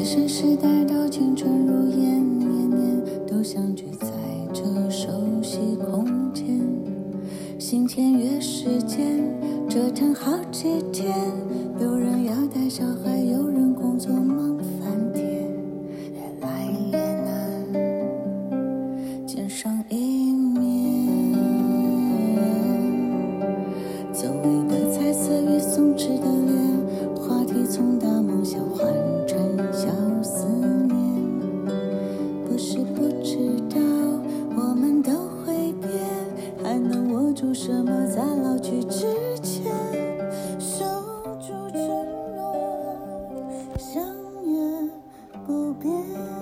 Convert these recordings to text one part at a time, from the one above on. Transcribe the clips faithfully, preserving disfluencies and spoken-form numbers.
学生时代到青春如烟，年年都相聚在这熟悉空间，心签约时间折腾好几天，有人要带小孩，有人工作忙翻天，越来越难见上一面，久违的彩色与松弛的脸，话题从大梦想换成小思念，不是不知道我们都会变，还能握住什么在老去之前，守住承诺，相约不变。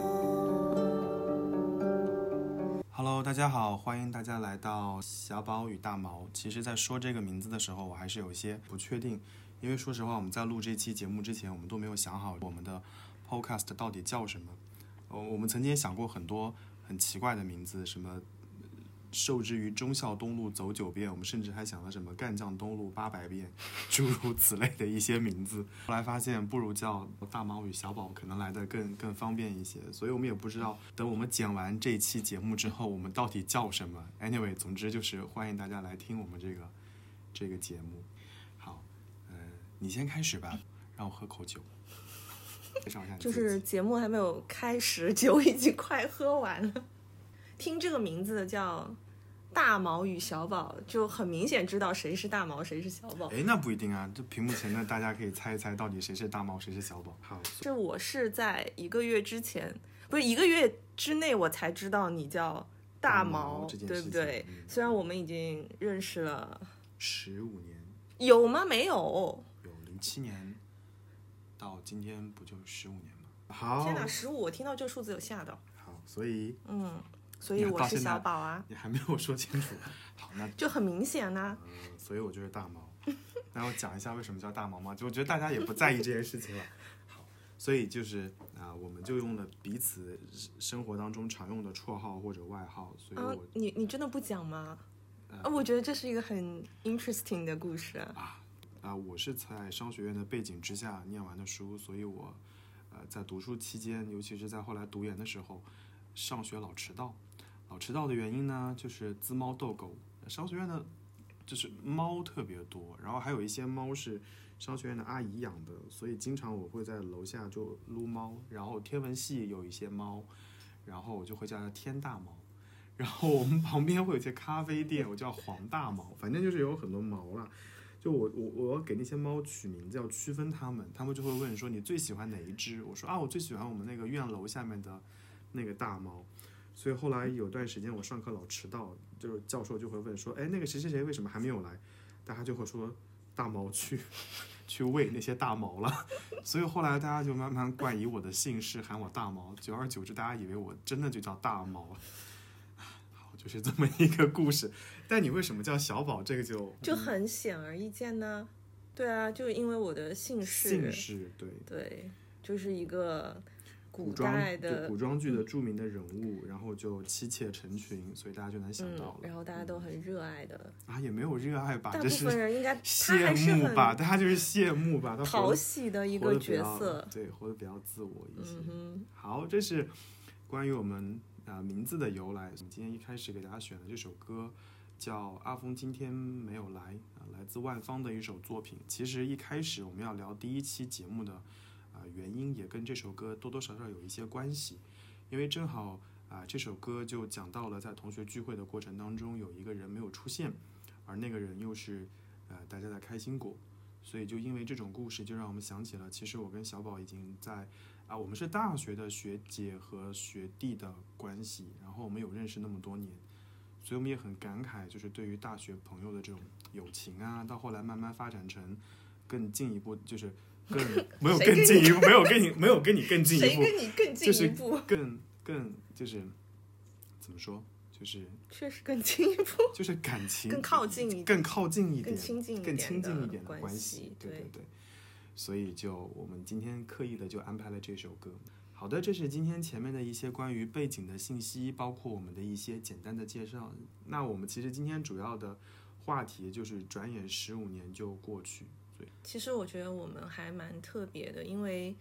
Hello， 大家好，欢迎大家来到小宝与大毛。其实在说这个名字的时候，我还是有一些不确定，因为说实话，我们在录这期节目之前，我们都没有想好我们的 podcast 到底叫什么。呃，我们曾经也想过很多很奇怪的名字，什么受制于忠孝东路走九遍，我们甚至还想了什么干将东路八百遍，诸如此类的一些名字。后来发现不如叫大毛与小宝可能来的更更方便一些，所以我们也不知道等我们剪完这期节目之后，我们到底叫什么。Anyway， 总之就是欢迎大家来听我们这个这个节目。好，呃，你先开始吧，让我喝口酒。介绍一下你自己。 就是节目还没有开始，酒已经快喝完了。听这个名字叫大毛与小宝，就很明显知道谁是大毛谁是小宝。 哎，那不一定啊，这屏幕前的大家可以猜一猜到底谁是大毛谁是小宝。好， 这我是在一个月之前，不是一个月之内我才知道你叫大毛， 这件对不对、 嗯、 虽然我们已经认识了十五年， 有吗？没有， 有零七年到今天不就十五年吗？好， 天哪，十五！我听到这个数字有吓到。 好，所以嗯。所以我是小宝啊， 你还没有说清楚。好，那就很明显啊。 嗯，所以我就是大毛。那我讲一下为什么叫大毛吗？就我觉得大家也不在意这件事情了。好，所以就是啊、呃，我们就用了彼此生活当中常用的绰号或者外号。所以我， 啊、你你真的不讲吗？呃、我觉得这是一个很 interesting 的故事啊。 啊啊！我是在商学院的背景之下念完的书，所以我呃在读书期间，尤其是在后来读研的时候，上学老迟到。老迟到的原因呢，就是滋猫逗狗。商学院的，就是猫特别多，然后还有一些猫是商学院的阿姨养的，所以经常我会在楼下就撸猫。然后天文系有一些猫，然后我就会叫它天大猫。然后我们旁边会有一些咖啡店，我叫黄大猫。反正就是有很多猫啦。就我我我要给那些猫取名字，要区分它们，他们就会问说你最喜欢哪一只？我说啊，我最喜欢我们那个院楼下面的那个大猫。所以后来有段时间我上课老迟到，就是教授就会问说，哎，那个谁谁谁为什么还没有来？大家就会说大毛去去喂那些大毛了。所以后来大家就慢慢冠以我的姓氏，喊我大毛，久而久之大家以为我真的就叫大毛。好，就是这么一个故事。但你为什么叫小宝？这个就就很显而易见呢。对啊，就因为我的姓氏， 姓氏对对，就是一个古代的古装剧的著名的人物，然后就妻妾成群，所以大家就能想到了。 嗯、然后大家都很热爱的、 嗯、啊，也没有热爱吧， 大部分人应该羡慕吧，大家就是羡慕吧，他讨喜的一个角色， 对，活得比较自我一些。 嗯、 好，这是关于我们啊、呃、名字的由来。我们今天一开始给大家选的这首歌叫《阿峰今天没有来》啊，来自万芳的一首作品。其实一开始我们要聊第一期节目的。啊、呃，原因也跟这首歌多多少少有一些关系，因为正好啊、呃，这首歌就讲到了在同学聚会的过程当中，有一个人没有出现，而那个人又是呃大家的开心果，所以就因为这种故事，就让我们想起了，其实我跟小宝已经在啊、呃，我们是大学的学姐和学弟的关系，然后我们有认识那么多年，所以我们也很感慨，就是对于大学朋友的这种友情啊，到后来慢慢发展成更进一步，就是。更没有更进一步，没有跟你没有跟你更进一步， 谁跟你更进一步？ 就是更更就是怎么说？就是确实更进一步， 就是感情更靠近一点， 更靠近一点， 更亲近一点， 更亲近一点的关系。对对对对，所以就我们今天刻意的就安排了这首歌。好的，这是今天前面的一些关于背景的信息，包括我们的一些简单的介绍。那我们其实今天主要的话题就是转眼十五年就过去。 其实我觉得我们还蛮特别的，因为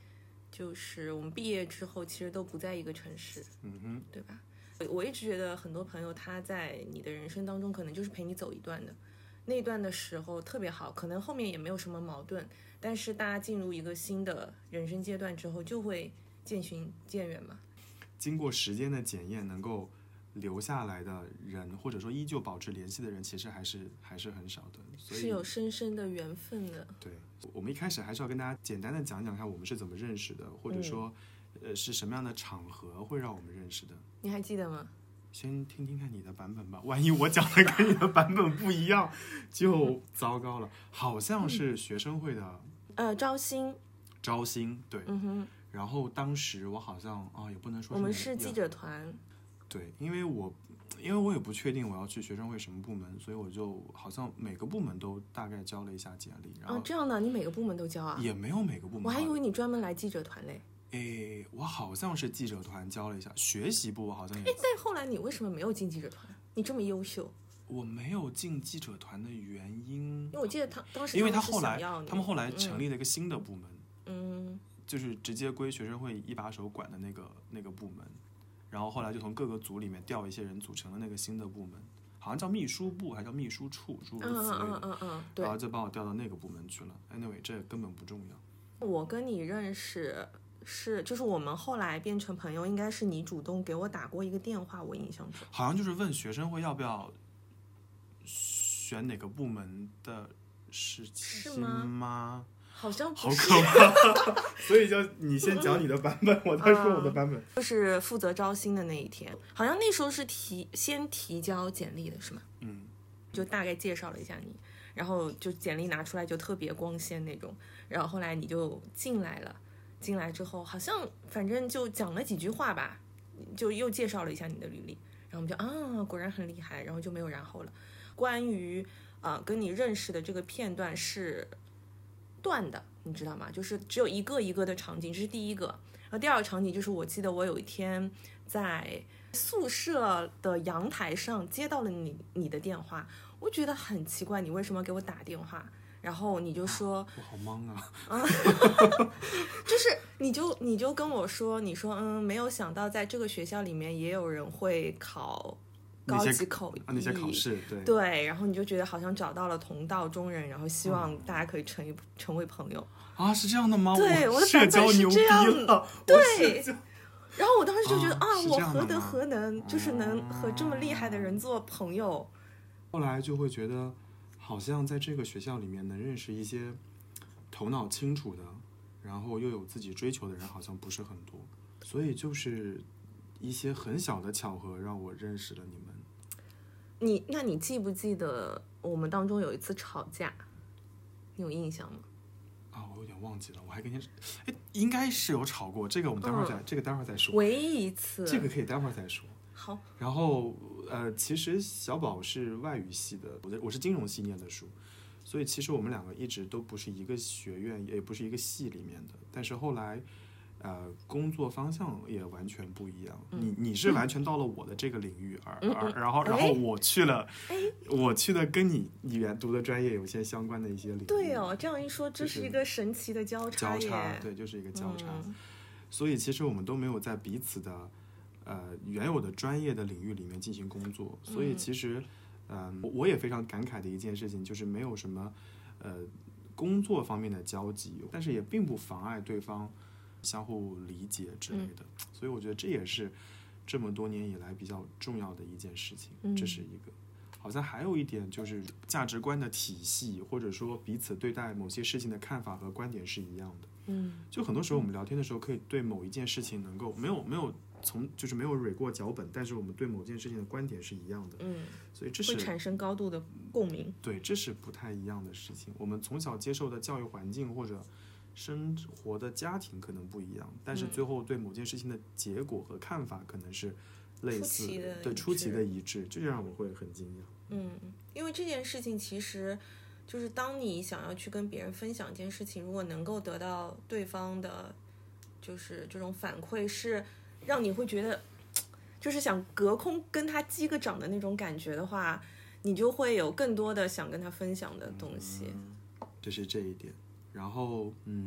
就是我们毕业之后其实都不在一个城市， 嗯哼， 对吧？我一直觉得很多朋友他在你的人生当中可能就是陪你走一段的，那一段的时候特别好，可能后面也没有什么矛盾，但是大家进入一个新的人生阶段之后就会渐行渐远嘛。 经过时间的检验，能够留下来的人，或者说依旧保持联系的人，其实还是还是很少的，所以是有深深的缘分的。 对，我们一开始还是要跟大家简单的讲讲看我们是怎么认识的，或者说、嗯、呃是什么样的场合会让我们认识的。 你还记得吗？ 先听听看你的版本吧，万一我讲的跟你的版本不一样就糟糕了。好像是学生会的呃招新招新，对， 嗯哼。 然后当时我好像啊、哦、也不能说是我们是记者团， 对，因为我因为我也不确定我要去学生会什么部门，所以我就好像每个部门都大概交了一下简历。然后哦，这样的，你每个部门都交啊？ 也没有每个部门， 我还以为你专门来记者团嘞。 诶，我好像是记者团交了一下，学习部我好像也。 诶，但后来你为什么没有进记者团？你这么优秀。 我没有进记者团的原因， 因为我记得他当时因为他后来他他们后来成立了一个新的部门， 嗯， 就是直接归学生会一把手管的那个那个部门，然后后来就从各个组里面调一些人组成了那个新的部门，好像叫秘书部还叫秘书处，诸如此类的， 嗯嗯嗯嗯，对， 然后就把我调到那个部门去了。Anyway， 这根本不重要。 我跟你认识是，就是我们后来变成朋友，应该是你主动给我打过一个电话，我印象中好像就是问学生会要不要选哪个部门的事情吗？ 吗好像不是，好可怕。所以就你先讲你的版本，我再说我的版本。 就是负责招新的那一天，好像那时候是提先提交简历的是吗？ 嗯， 就大概介绍了一下你，然后就简历拿出来就特别光鲜那种，然后后来你就进来了。进来之后好像反正就讲了几句话吧，就又介绍了一下你的履历，然后我们就啊果然很厉害，然后就没有然后了。关于呃跟你认识的这个片段是断的，你知道吗？就是只有一个一个的场景，这是第一个。然后第二个场景就是我记得我有一天在宿舍的阳台上接到了你你的电话，我觉得很奇怪，你为什么给我打电话？然后你就说， 我好懵啊， 就是你就你就跟我说，你说嗯，没有想到在这个学校里面也有人会考高级口译， 啊、那些考试，对对，然后你就觉得好像找到了同道中人，然后希望大家可以成一、嗯、成为朋友啊，是这样的吗？ 对，我的社交牛逼了， 对。然后我当时就觉得啊， 啊我何德何能，就是能和这么厉害的人做朋友。 后来就会觉得。好像在这个学校里面能认识一些头脑清楚的，然后又有自己追求的人好像不是很多，所以就是一些很小的巧合让我认识了你们。 你那你记不记得我们当中有一次吵架，你有印象吗？ 啊，我有点忘记了，我还跟你，哎，应该是有吵过，这个我们待会儿再、嗯，这个待会儿再说。 唯一一次， 这个可以待会儿再说。 好， 然后呃，其实小宝是外语系的，我的我是金融系念的书，所以其实我们两个一直都不是一个学院，也不是一个系里面的。但是后来，呃，工作方向也完全不一样。 嗯、 你你是完全到了我的这个领域，而、 嗯、 而然后然后我去了，我去了跟你原读的专业有些相关的一些领域。 对哦，这样一说，这是一个神奇的交叉交叉，对，就是一个交叉。 嗯、 所以其实我们都没有在彼此的。呃，原有的专业的领域里面进行工作，所以其实，嗯、呃，我也非常感慨的一件事情就是没有什么，呃，工作方面的交集，但是也并不妨碍对方相互理解之类的，嗯、所以我觉得这也是这么多年以来比较重要的一件事情， 嗯、 这是一个。好像还有一点就是价值观的体系，或者说彼此对待某些事情的看法和观点是一样的。 嗯， 就很多时候我们聊天的时候，可以对某一件事情能够没有没有。从就是没有蕊过脚本，但是我们对某件事情的观点是一样的， 嗯， 所以这是会产生高度的共鸣。 对，这是不太一样的事情。我们从小接受的教育环境或者生活的家庭可能不一样，但是最后对某件事情的结果和看法可能是类似，对出奇的一致，这让我会很惊讶。 嗯，因为这件事情其实就是当你想要去跟别人分享一件事情，如果能够得到对方的，就是这种反馈是。让你会觉得就是想隔空跟他击个掌的那种感觉的话，你就会有更多的想跟他分享的东西。 嗯、这是这一点。然后嗯，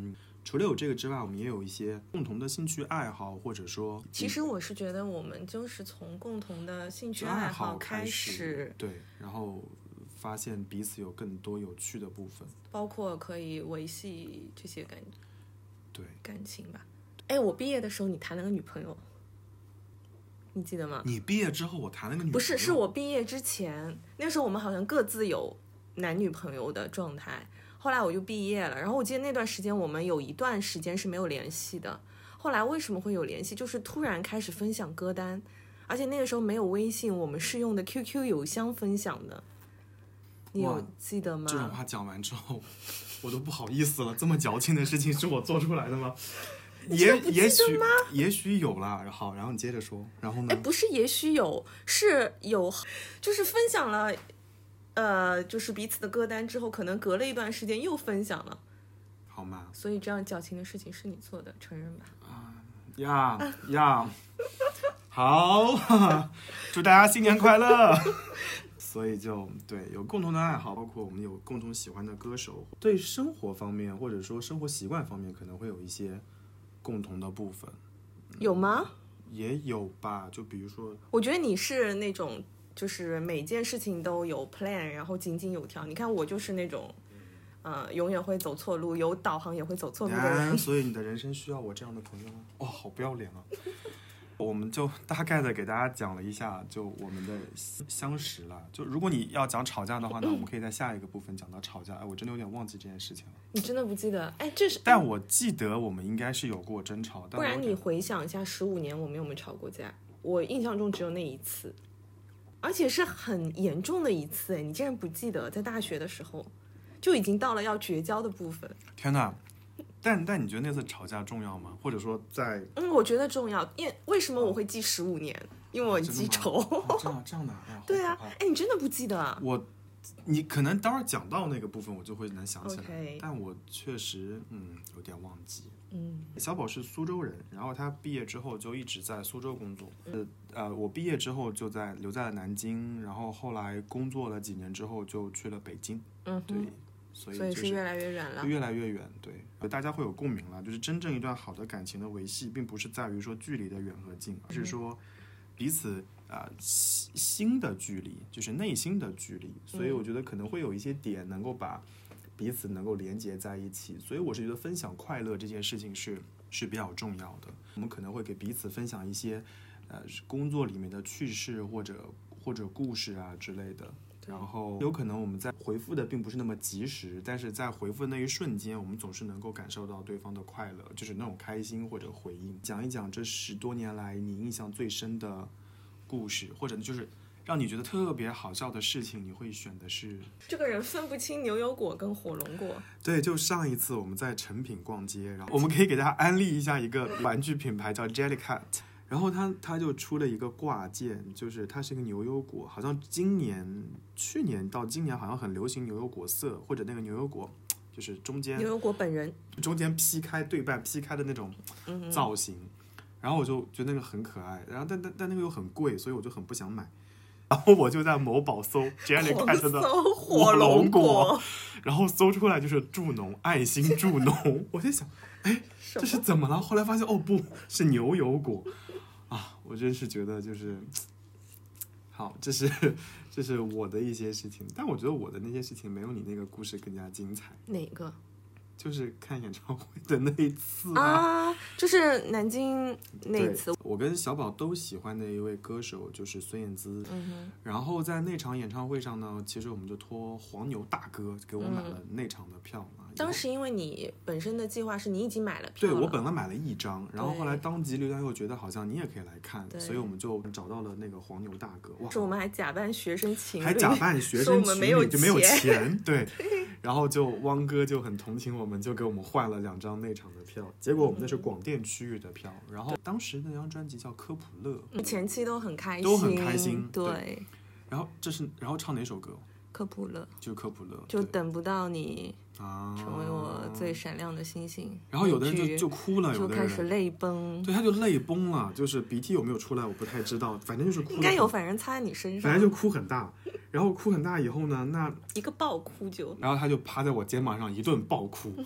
除了有这个之外，我们也有一些共同的兴趣爱好，或者说， 其实我是觉得我们就是从共同的兴趣爱好开始， 对，然后发现彼此有更多有趣的部分， 包括可以维系这些感对感情吧。哎，我毕业的时候你谈了个女朋友，你记得吗？ 你毕业之后我谈了个女朋友， 不是，是我毕业之前，那时候我们好像各自有男女朋友的状态。后来我就毕业了，然后我记得那段时间我们有一段时间是没有联系的。后来为什么会有联系？就是突然开始分享歌单，而且那个时候没有微信，我们是用的 Q Q 邮箱分享的。你有记得吗？ 这种话讲完之后，我都不好意思了。这么矫情的事情是我做出来的吗？也也许也许有啦。好，然后你接着说。然后呢？ 哎，不是，也许有，是有，就是分享了。呃，就是彼此的歌单之后，可能隔了一段时间又分享了， 好吗？ 所以这样矫情的事情是你做的，承认吧？ 啊呀呀，好，祝大家新年快乐。所以就对，有共同的爱好，包括我们有共同喜欢的歌手，对生活方面或者说生活习惯方面可能会有一些共同的部分。 有吗？ 也有吧，就比如说， 我觉得你是那种。就是每件事情都有 plan， 然后井井有条。你看我就是那种，呃，永远会走错路，有导航也会走错路的人。 啊、所以你的人生需要我这样的朋友吗？哇、哦，好不要脸啊！我们就大概的给大家讲了一下，就我们的相识了。就如果你要讲吵架的话呢，我们可以在下一个部分讲到吵架。哎，我真的有点忘记这件事情了。 你真的不记得？哎，这是…… 但我记得我们应该是有过争吵。 不然你回想一下，十五年我们有没有吵过架？我印象中只有那一次。而且是很严重的一次，哎，你竟然不记得？在大学的时候，就已经到了要绝交的部分。 天哪！但但你觉得那次吵架重要吗？或者说在…… 嗯，我觉得重要。因为为什么我会记十五年？因为我记仇。 哦、这样这样的，哎、 对啊，哎，你真的不记得啊？ 我，你可能待会儿讲到那个部分，我就会能想起来。 Okay. 但我确实嗯有点忘记。 嗯， 小宝是苏州人，然后他毕业之后就一直在苏州工作。嗯、呃，我毕业之后就在留在了南京，然后后来工作了几年之后就去了北京。 嗯， 对，所以、 就是、所以是越来越远了， 越来越远。对，大家会有共鸣了。就是真正一段好的感情的维系，并不是在于说距离的远和近，而是说彼此啊、呃、心的距离，就是内心的距离。所以我觉得可能会有一些点能够把彼此能够连接在一起，所以我是觉得分享快乐这件事情是是比较重要的。我们可能会给彼此分享一些呃工作里面的趣事或者或者故事啊之类的，然后有可能我们在回复的并不是那么及时，但是在回复的那一瞬间，我们总是能够感受到对方的快乐，就是那种开心或者回应。讲一讲这十多年来你印象最深的故事，或者就是让你觉得特别好笑的事情，你会选的是？ 这个人分不清牛油果跟火龙果。 对，就上一次我们在诚品逛街，然后我们可以给大家安利一下一个玩具品牌叫 Jellycat， 然后它它就出了一个挂件，就是它是一个牛油果，好像今年去年到今年好像很流行牛油果色，或者那个牛油果就是中间牛油果本人中间劈开对半劈开的那种造型，嗯、然后我就觉得那个很可爱，然后但但但那个又很贵，所以我就很不想买。然后我就在某宝搜 Jellycat 的火龙果，然后搜出来就是助农爱心助农，我在想，哎，这是怎么了？后来发现哦，不是牛油果啊！我真是觉得就是好，这是这是我的一些事情，但我觉得我的那些事情没有你那个故事更加精彩。 哪个？ 就是看演唱会的那一次啊, 啊就是南京那一次。 我跟小宝都喜欢的一位歌手就是孙燕姿， 嗯、 然后在那场演唱会上呢，其实我们就托黄牛大哥给我买了那场的票嘛。 嗯、当时因为你本身的计划是你已经买了票了， 对，我本来买了一张，然后后来当机立断又觉得好像你也可以来看，所以我们就找到了那个黄牛大哥。哇， 是我们还假扮学生情侣， 还假扮学生情侣就没有钱，对。 对然后就汪哥就很同情我们，就给我们换了两张内场的票，结果我们那是广电区域的票。嗯、然后当时那张专辑叫《科普勒》， 前期都很开心， 都很开心。 对。 对然后这是，然后唱哪首歌？ 科普勒， 就是科普勒， 就等不到你啊， 成为我最闪亮的星星。 然后有的人就就哭了， 就开始泪崩。 对，他就泪崩了，就是鼻涕有没有出来我不太知道，反正就是哭。 应该有，反正擦在你身上。 反正就哭很大，然后哭很大以后呢，那一个爆哭就， 然后他就趴在我肩膀上一顿爆哭。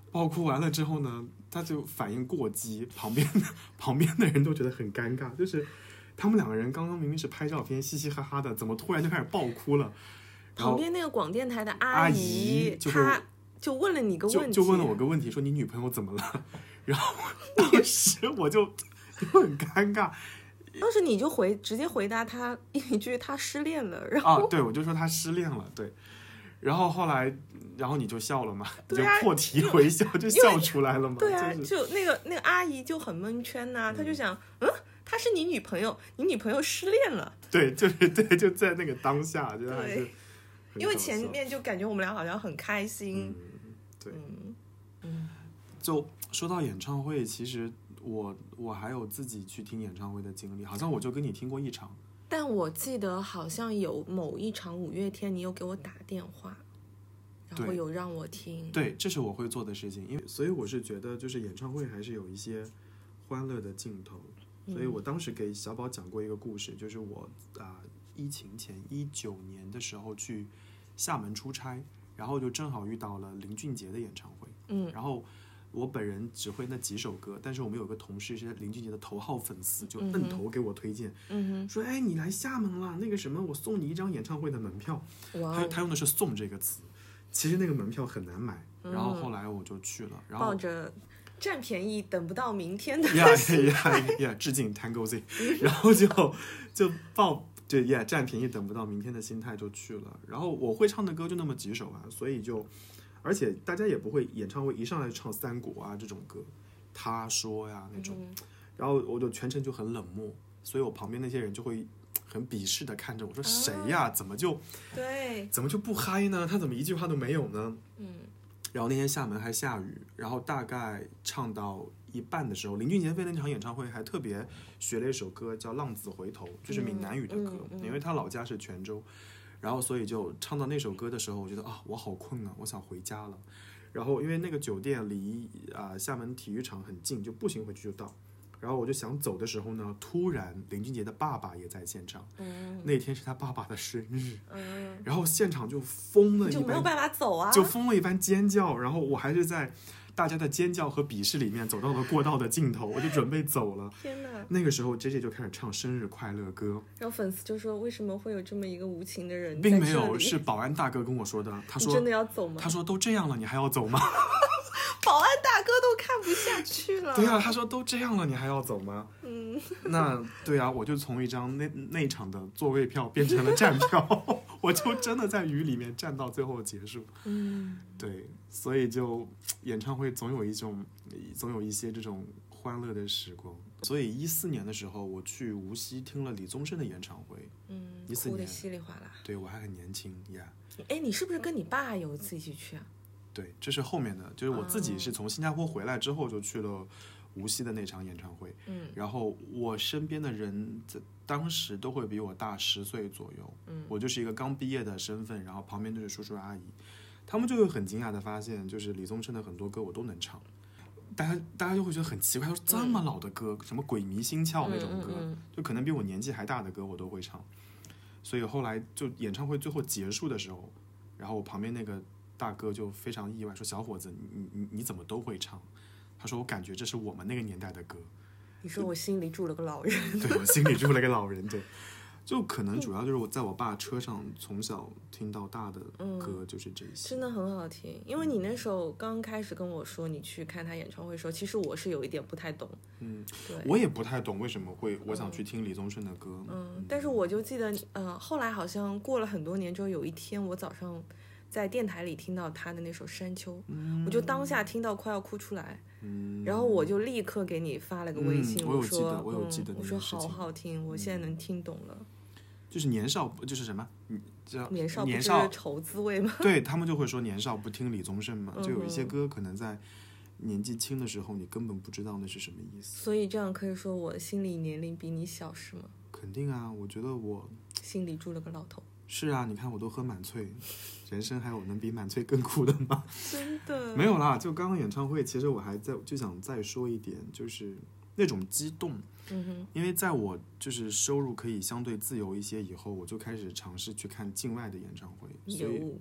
爆哭完了之后呢，他就反应过激，旁边旁边的人都觉得很尴尬，就是他们两个人刚刚明明是拍照片嘻嘻哈哈的，怎么突然就开始爆哭了？ 旁边那个广电台的阿姨， 就她就问了你个问题， 就就问了我个问题，说你女朋友怎么了？然后当时我就就很尴尬。 当时你就回直接回答他一句他失恋了，然后啊，对，我就说他失恋了，对。然后后来，然后你就笑了嘛， 对啊、 就破涕为笑，就笑出来了嘛。 对啊， 就是、 就那个那个阿姨就很蒙圈呐、啊，她、嗯、就想，嗯，她是你女朋友，你女朋友失恋了。 对，就是对，就在那个当下，觉得还是因为前面就感觉我们俩好像很开心。 嗯，对， 嗯嗯。 就说到演唱会，其实我我还有自己去听演唱会的经历，好像我就跟你听过一场。 但我记得好像有某一场五月天，你有给我打电话，然后有让我听。 对，这是我会做的事情，因为所以我是觉得，就是演唱会还是有一些欢乐的镜头。所以我当时给小宝讲过一个故事，就是我啊、呃、疫情前一九年的时候去厦门出差，然后就正好遇到了林俊杰的演唱会。 嗯， 然后我本人只会那几首歌，但是我们有个同事是林俊杰的头号粉丝，就摁头给我推荐， 嗯、 说哎你来厦门了，那个什么我送你一张演唱会的门票。他他用的是送这个词，其实那个门票很难买，然后后来我就去了，然后抱着占便宜等不到明天的呀呀呀，致敬 Tango Z， 然后就就抱对呀占便宜等不到明天的心态就去了。然后我会唱的歌就那么几首啊，所以就而且大家也不会演唱会一上来唱三国啊这种歌，他说呀那种， 嗯、 然后我就全程就很冷漠，所以我旁边那些人就会很鄙视的看着我说、啊、谁呀怎么就对怎么就不嗨呢？他怎么一句话都没有呢？ 嗯。 然后那天厦门还下雨，然后大概唱到一半的时候，林俊杰为那场演唱会还特别学了一首歌叫《浪子回头》，就是闽南语的歌， 嗯嗯嗯、 因为他老家是泉州，然后所以就唱到那首歌的时候，我觉得啊，我好困啊，我想回家了。然后因为那个酒店离啊、呃、厦门体育场很近，就步行回去就到。然后我就想走的时候呢，突然林俊杰的爸爸也在现场， 嗯、 那天是他爸爸的生日， 嗯、 然后现场就疯了一般， 就没有办法走啊， 就疯了一般尖叫，然后我还是在大家的尖叫和鄙视里面走到了过道的尽头，我就准备走了。 天哪！ 那个时候 J J 就开始唱生日快乐歌， 然后粉丝就说为什么会有这么一个无情的人？ 并没有，是保安大哥跟我说的，他说你真的要走吗？ 他说都这样了，你还要走吗？ 保安大哥都看不下去了。 对啊，他说都这样了，你还要走吗？ 嗯， 那对啊，我就从一张那那场的座位票变成了站票，我就真的在雨里面站到最后结束。 嗯， 对，所以就演唱会总有一种，总有一些这种欢乐的时光。所以一四年的时候，我去无锡听了李宗盛的演唱会。 嗯， 一四年哭得稀里哗啦。 对，我还很年轻呀。 哎，你是不是跟你爸有一次一起去啊？ 对，这是后面的，就是我自己是从新加坡回来之后就去了无锡的那场演唱会。 嗯， 然后我身边的人在当时都会比我大十岁左右。 嗯， 我就是一个刚毕业的身份，然后旁边都是叔叔阿姨，他们就会很惊讶的发现，就是李宗盛的很多歌我都能唱。大家大家就会觉得很奇怪，说这么老的歌，嗯、什么鬼迷心窍那种歌， 嗯嗯嗯、 就可能比我年纪还大的歌我都会唱。所以后来就演唱会最后结束的时候，然后我旁边那个大哥就非常意外，说小伙子，你你你怎么都会唱？他说我感觉这是我们那个年代的歌。 你说我心里住了个老人。 对，我心里住了个老人，对。就可能主要就是我在我爸车上从小听到大的歌就是这些、 嗯、真的很好听。因为你那时候刚开始跟我说你去看他演唱会的时候，其实我是有一点不太懂。 嗯， 对， 我也不太懂为什么会我想去听李宗盛的歌。 嗯，嗯但是我就记得呃，后来好像过了很多年之后，有一天我早上在电台里听到他的那首《山丘》， 嗯、 我就当下听到快要哭出来。 嗯， 然后我就立刻给你发了个微信， 嗯、我有记得，我有记得、 嗯，我说好好听，我现在能听懂了。 就是年少，就是什么？叫年少年少愁滋味吗？ 对他们就会说年少不听李宗盛嘛，就有一些歌可能在年纪轻的时候，你根本不知道那是什么意思。 所以这样可以说我心理年龄比你小是吗？ 肯定啊，我觉得我心里住了个老头。 是啊，你看我都喝满萃，人生还有能比满萃更苦的吗？ 真的没有啦，就刚刚演唱会，其实我还在就想再说一点，就是那种激动。 嗯哼， 因为在我就是收入可以相对自由一些以后，我就开始尝试去看境外的演唱会，所以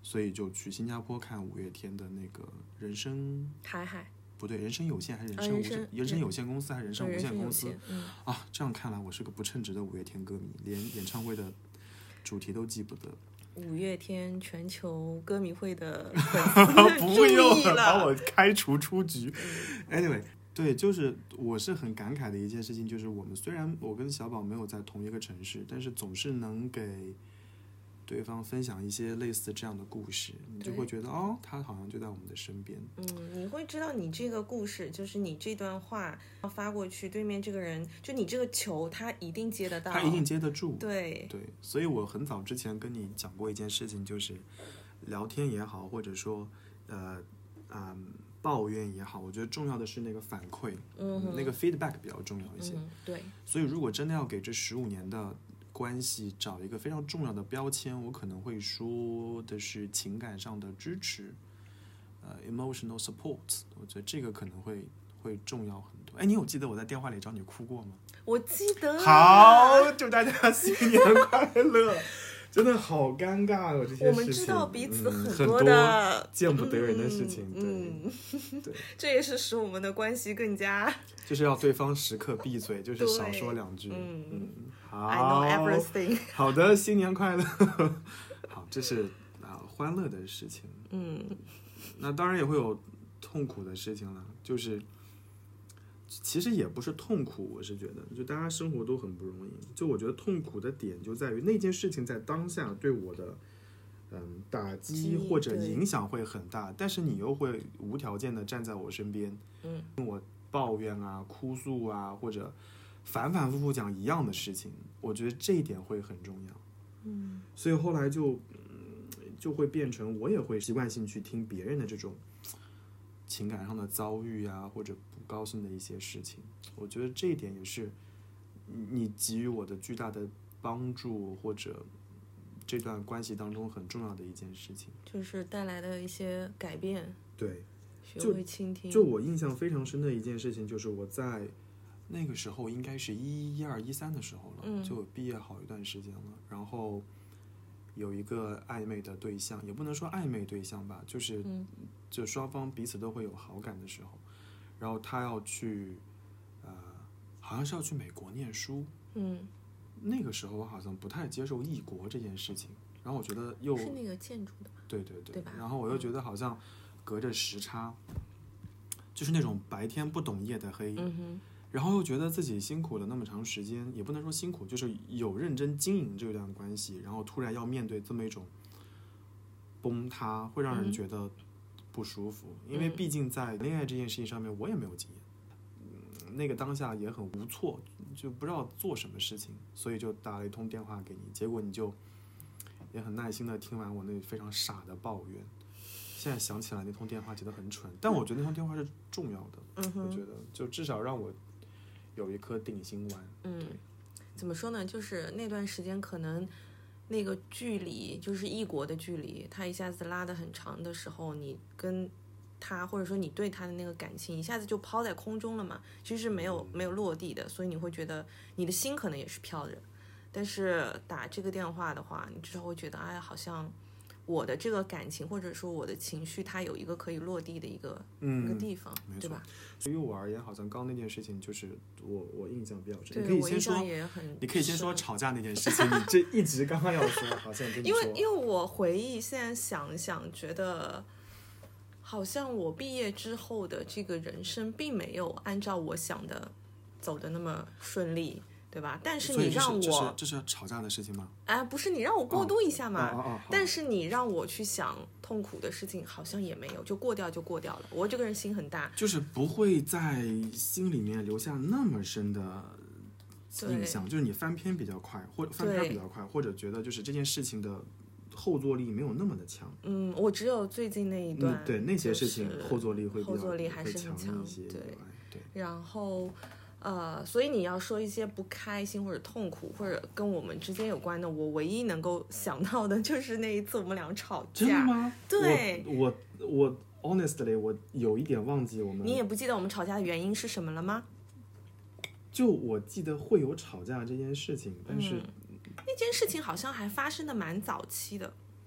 所以就去新加坡看五月天的那个人生海海不对，人生有限还是人生无限、 啊、人, 人生有限公司还是人生无限公司、 嗯、 啊？这样看来我是个不称职的五月天歌迷，连演唱会的主题都记不得。 五月天全球歌迷会的粉丝不用把我开除出局。Anyway， 对，就是我是很感慨的一件事情，就是我们虽然我跟小宝没有在同一个城市，但是总是能给对方分享一些类似这样的故事，你就会觉得哦，他好像就在我们的身边。 嗯，你会知道你这个故事，就是你这段话发过去，对面这个人，就你这个球，他一定接得到， 他一定接得住。 对对，所以我很早之前跟你讲过一件事情，就是聊天也好，或者说呃嗯抱怨也好，我觉得重要的是那个反馈， 嗯， 那个 feedback 比较重要一些。 嗯、对， 所以如果真的要给这十五年的关系找一个非常重要的标签，我可能会说的是情感上的支持，呃 emotional support， 我觉得这个可能会会重要很多。哎，你有记得我在电话里找你哭过吗？ 我记得。 好，祝大家新年快乐。真的好尴尬哦，这些事情。 我们知道彼此很多的、 嗯、见不得人的事情， 嗯， 对，对， 这也是使我们的关系更加， 就是要对方时刻闭嘴，就是少说两句。 嗯嗯，好 I know everything 好的，新年快乐。好，这是啊欢乐的事情。 嗯， 那当然也会有痛苦的事情了，就是其实也不是痛苦，我是觉得就大家生活都很不容易，就我觉得痛苦的点就在于那件事情在当下对我的嗯打击或者影响会很大，但是你又会无条件的站在我身边， 嗯， 跟我抱怨啊哭诉啊，或者反反复复讲一样的事情，我觉得这一点会很重要。 嗯， 所以后来就嗯就会变成我也会习惯性去听别人的这种情感上的遭遇啊，或者不高兴的一些事情，我觉得这一点也是你给予我的巨大的帮助，或者这段关系当中很重要的一件事情， 就是带来的一些改变。 对， 学会倾听。 就我印象非常深的一件事情，就是我在那个时候应该是一一二一三的时候了， 嗯， 就毕业好一段时间了，然后有一个暧昧的对象，也不能说暧昧对象吧，就是、 嗯、 就双方彼此都会有好感的时候，然后他要去呃好像是要去美国念书， 嗯， 那个时候我好像不太接受异国这件事情，然后我觉得又是那个建筑的吧， 对对对， 对吧？ 然后我又觉得好像隔着时差、嗯、就是那种白天不懂夜的黑， 嗯哼， 然后又觉得自己辛苦了那么长时间，也不能说辛苦，就是有认真经营这段关系，然后突然要面对这么一种崩塌，会让人觉得不舒服， 嗯、 因为毕竟在恋爱这件事情上面我也没有经验，嗯，那个当下也很无措，就不知道做什么事情，所以就打了一通电话给你，结果你就也很耐心的听完我那非常傻的抱怨。现在想起来那通电话觉得很蠢，但我觉得那通电话是重要的， 嗯、 我觉得就至少让我有一颗定心丸。 嗯，怎么说呢？就是那段时间可能那个距离，就是异国的距离，它一下子拉得很长的时候，你跟他或者说你对他的那个感情一下子就抛在空中了嘛，其实没有没有落地的，所以你会觉得你的心可能也是飘着。但是打这个电话的话，你至少会觉得，哎，好像我的这个感情或者说我的情绪，它有一个可以落地的一个、嗯、一个地方，对吧？ 对于我而言，好像刚那件事情就是我我印象比较深。 对， 你可以先说，你可以先说吵架那件事情。你这一直刚刚要说，好像跟你说。 因为因为我回忆，现在想想，觉得好像我毕业之后的这个人生，并没有按照我想的走的那么顺利。对吧？但是你让我， 这是这是吵架的事情吗？ 哎，不是，你让我过渡一下嘛。 哦哦哦、 但是你让我去想痛苦的事情，好像也没有，就过掉就过掉了。我这个人心很大， 就是不会在心里面留下那么深的印象。就是你翻篇比较快，或者翻篇比较快，或者觉得就是这件事情的后坐力没有那么的强。 嗯，我只有最近那一段， 嗯、对那些事情后坐力会比较后坐力还是很强一些。 对对， 然后。呃，所以你要说一些不开心或者痛苦或者跟我们之间有关的，我唯一能够想到的就是那一次我们俩吵架。 真的吗？ 对， 我我我 honestly 我有一点忘记我们。 你也不记得我们吵架的原因是什么了吗？ 就我记得会有吵架这件事情，但是、 嗯、那件事情好像还发生的蛮早期的。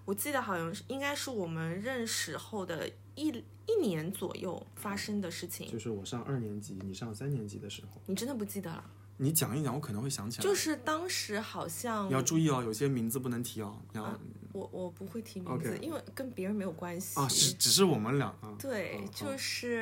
我记得好像是应该是我们认识后的一一年左右发生的事情。 就是我上二年级，你上三年级的时候。 你真的不记得了？ 你讲一讲，我可能会想起来。 就是当时好像你要注意哦，有些名字不能提哦。你要、啊、 我我不会提名字， okay. 因为跟别人没有关系啊，是只是我们俩啊。 对， 啊、 就是。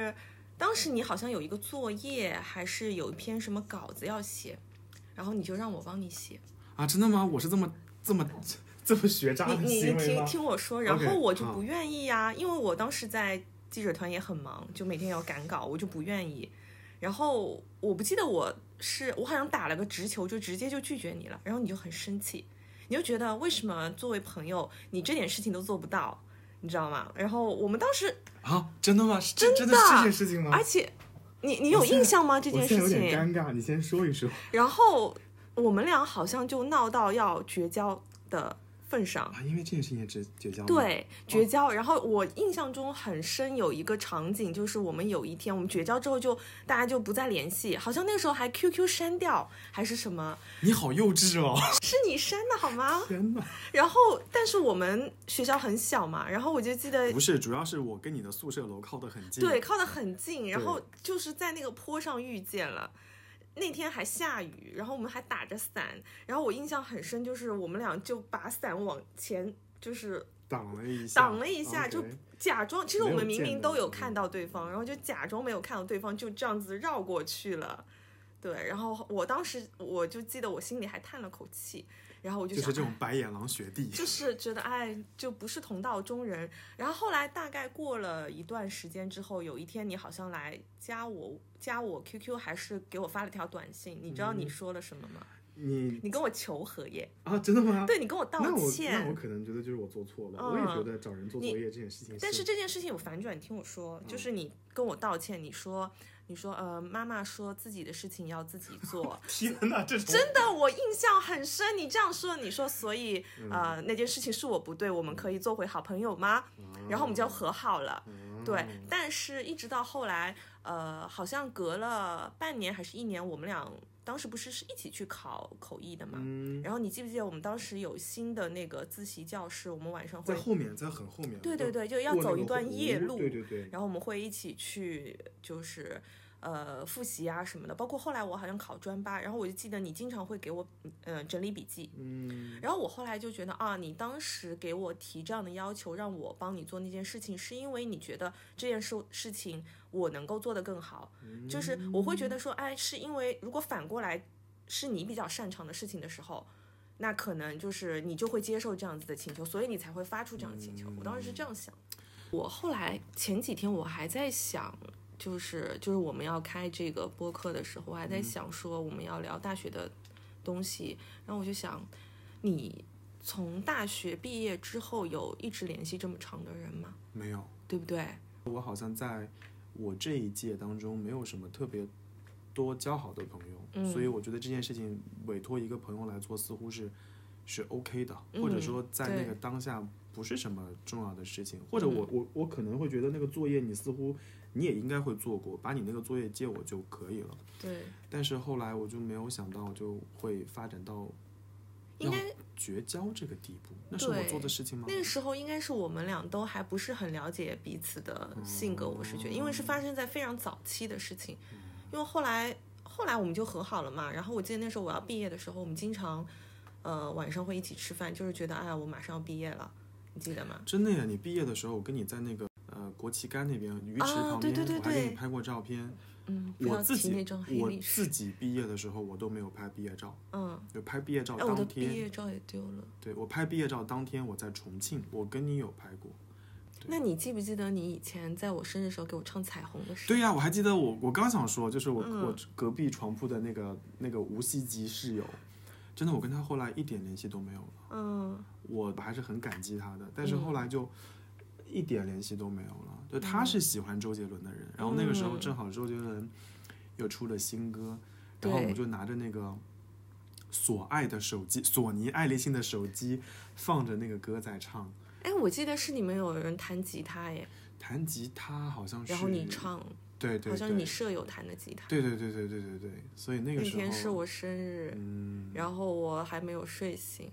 当时你好像有一个作业，还是有一篇什么稿子要写，然后你就让我帮你写啊？真的吗？我是这么这么这么学渣的行为吗？ 你你听听我说，然后我就 okay, 不愿意呀、啊，因为我当时在记者团也很忙，就每天要赶稿，我就不愿意。然后我不记得我是我好像打了个直球，就直接就拒绝你了，然后你就很生气，你就觉得为什么作为朋友你这点事情都做不到，你知道吗？然后我们当时啊，真的吗？ 真的真的是这件事情吗？ 而且你你有印象吗？这件事情我现在有点尴尬，你先说一说。 然后我们俩好像就闹到要绝交的份上啊，因为这件事情也绝绝交。 对，绝交、哦。然后我印象中很深，有一个场景就是我们有一天我们绝交之后就大家就不再联系，好像那个时候还 Q Q 删掉还是什么。 你好幼稚哦！ 是你删的好吗？ 天哪！ 然后但是我们学校很小嘛，然后我就记得不是，主要是我跟你的宿舍楼靠得很近。 对，靠得很近，然后就是在那个坡上遇见了。那天还下雨，然后我们还打着伞，然后我印象很深，就是我们俩就把伞往前就是挡了一下， 挡了一下， okay, 就假装，其实我们明明都有看到对方，然后就假装没有看到对方，就这样子绕过去了。对，然后我当时我就记得我心里还叹了口气，然后我就想就是这种白眼狼学弟， 就是觉得哎，就不是同道中人。然后后来大概过了一段时间之后，有一天你好像来加我，加我 Q Q 还是给我发了条短信，你知道你说了什么吗？ 嗯、你你跟我求和耶啊？真的吗？ 对，你跟我道歉。 那我那我可能觉得就是我做错了、嗯、我也觉得找人做作业这件事情， 但是这件事情有反转，你听我说，就是你跟我道歉，你说你说呃，妈妈说自己的事情要自己做。 天哪，这真的我印象很深。你这样说，你说所以呃那件事情是我不对，我们可以做回好朋友吗？嗯、然后我们就和好了。嗯、对，但是一直到后来，呃，好像隔了半年还是一年，我们俩当时不是是一起去考口译的嘛？嗯、然后你记不记得我们当时有新的那个自习教室，我们晚上会在后面，在很后面。 对对对，就要走一段夜路。 对对对。 然后我们会一起去，就是呃复习啊什么的。包括后来我好像考专八，然后我就记得你经常会给我呃整理笔记。嗯。然后我后来就觉得啊，你当时给我提这样的要求，让我帮你做那件事情，是因为你觉得这件事事情我能够做得更好。嗯。就是我会觉得说，哎，是因为如果反过来是你比较擅长的事情的时候，那可能就是你就会接受这样子的请求，所以你才会发出这样的请求。我当时是这样想。我后来前几天我还在想，就是就是我们要开这个播客的时候，我还在想说我们要聊大学的东西，然后我就想，你从大学毕业之后有一直联系这么长的人吗？ 没有， 对不对？ 我好像在我这一届当中没有什么特别多交好的朋友、嗯、所以我觉得这件事情委托一个朋友来做似乎是是 OK 的、嗯、或者说在那个当下不是什么重要的事情，或者我我我可能会觉得那个作业你似乎你也应该会做过，把你那个作业借我就可以了。 对。 但是后来我就没有想到就会发展到应该绝交这个地步，那是我做的事情吗？ 那个时候应该是我们俩都还不是很了解彼此的性格，我是觉得，因为是发生在非常早期的事情。因为后来后来我们就和好了嘛，然后我记得那时候我要毕业的时候，我们经常呃晚上会一起吃饭，就是觉得哎呀我马上要毕业了，你记得吗？ 真的呀，你毕业的时候我跟你在那个呃国旗杆那边鱼池旁边、啊、对对对对，我还给你拍过照片。 嗯， 我自己我自己毕业的时候我都没有拍毕业照。嗯，就拍毕业照当天、哎、 我的毕业照也丢了。 对，我拍毕业照当天我在重庆，我跟你有拍过。 那你记不记得你以前在我生日的时候给我唱彩虹的事？ 对呀、啊，我还记得我我刚想说，就是我、嗯、我隔壁床铺的那个那个无锡籍室友，真的我跟他后来一点联系都没有了。嗯，我还是很感激他的，但是后来就一点联系都没有了。就他是喜欢周杰伦的人、嗯，然后那个时候正好周杰伦又出了新歌，然后我们就拿着那个索爱的手机，索尼爱立信的手机，放着那个歌在唱。 哎，我记得是你们有人弹吉他耶， 弹吉他好像是， 然后你唱， 对 对, 对， 好像是你舍友弹的吉他， 对对对对对对对，所以那个时候那天是我生日，嗯，然后我还没有睡醒，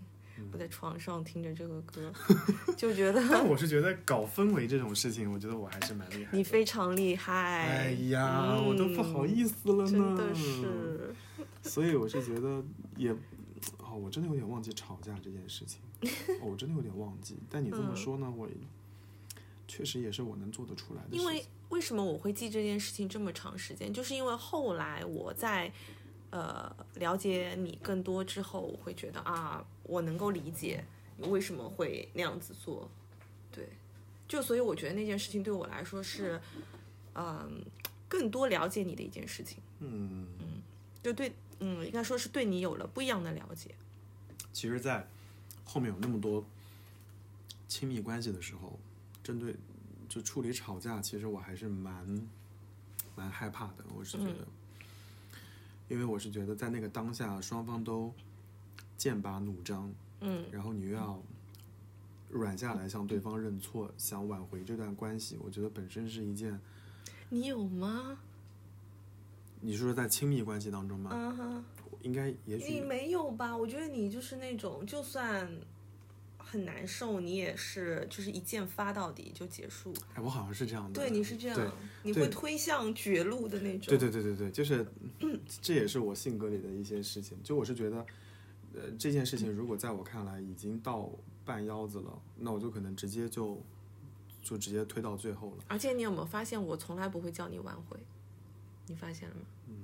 我在床上听着这个歌，就觉得。 但我是觉得搞氛围这种事情，我觉得我还是蛮厉害的。 你非常厉害。 哎呀，嗯、我都不好意思了呢。 真的是。 所以我是觉得也，哦，我真的有点忘记吵架这件事情。哦，我真的有点忘记。但你这么说呢，嗯、我确实也是我能做得出来的事情。 因为为什么我会记这件事情这么长时间，就是因为后来我在。呃，了解你更多之后，我会觉得啊，我能够理解你为什么会那样子做，对，就所以我觉得那件事情对我来说是，嗯、呃，更多了解你的一件事情， 嗯嗯，就对，嗯，应该说是对你有了不一样的了解。 其实，在后面有那么多亲密关系的时候，针对就处理吵架，其实我还是蛮蛮害怕的，我是觉得。嗯，因为我是觉得在那个当下，双方都剑拔弩张， 嗯， 然后你又要软下来向对方认错，想挽回这段关系，我觉得本身是一件。 你有吗？ 你是说在亲密关系当中吗？ 嗯哼， 应该也许你没有吧？我觉得你就是那种，就算很难受，你也是就是一剑发到底就结束。 哎，我好像是这样的。 对，你是这样，你会推向绝路的那种。 对对对对对，就是、嗯、这也是我性格里的一些事情。就我是觉得，呃，这件事情如果在我看来已经到半腰子了，那我就可能直接就就直接推到最后了。 而且你有没有发现，我从来不会叫你挽回？你发现了吗？ 嗯，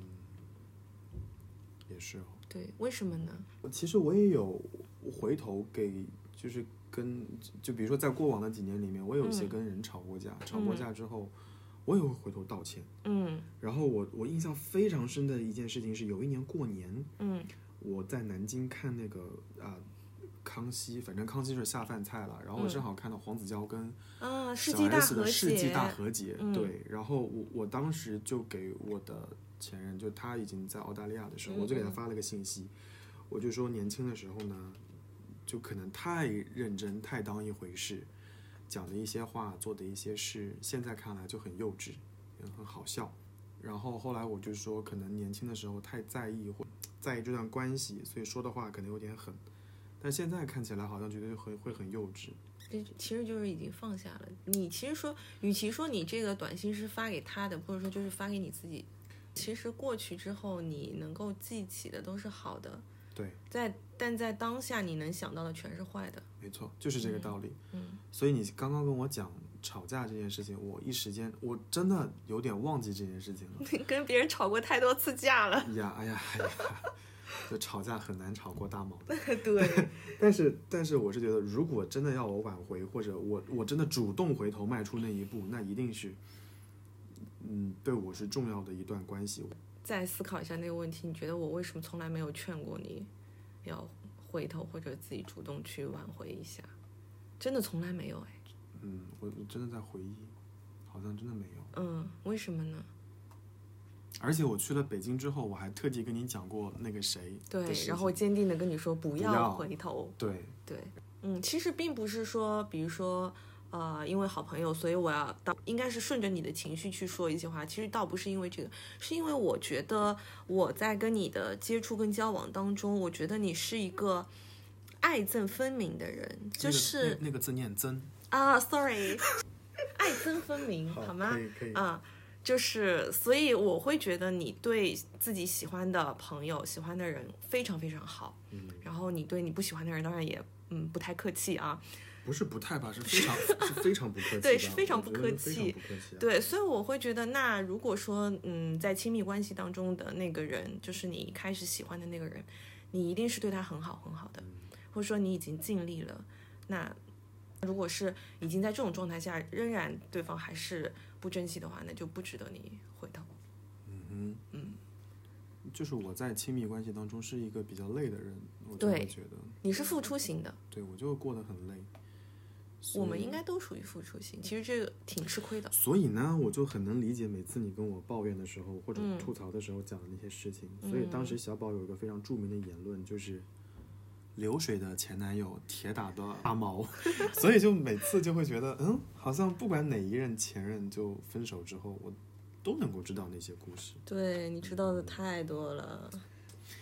也是哦。 对，为什么呢？ 其实我也有回头给。就是跟就比如说在过往的几年里面，我有一些跟人吵过架，嗯、吵过架之后，我也会回头道歉。 嗯， 然后我我印象非常深的一件事情是，有一年过年， 嗯， 我在南京看那个啊、呃、康熙，反正康熙是下饭菜了，然后我正好看到黄子佼跟啊世小纪大 S 的世纪大和解， 嗯、 对，然后我我当时就给我的前任，就他已经在澳大利亚的时候， 嗯、 我就给他发了个信息，我就说年轻的时候呢。就可能太认真太当一回事，讲的一些话做的一些事现在看来就很幼稚也很好笑。然后后来我就说可能年轻的时候太在意或在意这段关系，所以说的话可能有点狠，但现在看起来好像觉得会会很幼稚。 其实就是已经放下了。你其实说与其说你这个短信是发给他的，不如说就是发给你自己，其实过去之后你能够记起的都是好的。 对， 在但在当下你能想到的全是坏的。 没错，就是这个道理。 嗯， 所以你刚刚跟我讲吵架这件事情，我一时间我真的有点忘记这件事情了。 你跟别人吵过太多次架了。 呀，哎呀，哎呀，就吵架很难吵过大毛的。 对。 但是但是我是觉得，如果真的要我挽回，或者我我真的主动回头迈出那一步，那一定是，嗯，对我是重要的一段关系。 再思考一下那个问题，你觉得我为什么从来没有劝过你要回头或者自己主动去挽回一下？真的从来没有哎。 嗯，我真的在回忆，好像真的没有。 嗯，为什么呢？ 而且我去了北京之后，我还特地跟你讲过那个谁。 对，然后我坚定的跟你说不要回头。 对对， 嗯，其实并不是说，比如说。呃，因为好朋友，所以我要到应该是顺着你的情绪去说一些话。其实倒不是因为这个，是因为我觉得我在跟你的接触跟交往当中，我觉得你是一个爱憎分明的人，就是、 那个、那, 那个字念憎啊 ，sorry， 爱憎分明， 好, 好吗？ 可以可以啊，就是所以我会觉得你对自己喜欢的朋友、喜欢的人非常非常好， 嗯， 然后你对你不喜欢的人当然也嗯不太客气啊。 不是不太吧，是非常是非常不客气， 对，是非常不客气， 不客气、啊。对，所以我会觉得，那如果说，嗯，在亲密关系当中的那个人，就是你开始喜欢的那个人，你一定是对他很好很好的，或者说你已经尽力了。那如果是已经在这种状态下，仍然对方还是不珍惜的话，那就不值得你回头。 嗯哼， 嗯， 就是我在亲密关系当中是一个比较累的人，我就会觉得你是付出型的， 对我就过得很累。 我们应该都属于付出型，其实这个挺吃亏的。 所以呢，我就很能理解每次你跟我抱怨的时候或者吐槽的时候讲的那些事情。嗯、所以当时小宝有一个非常著名的言论，就是流水的前男友，铁打的阿毛。所以就每次就会觉得，嗯，好像不管哪一任前任就分手之后，我都能够知道那些故事。 对，你知道的太多了。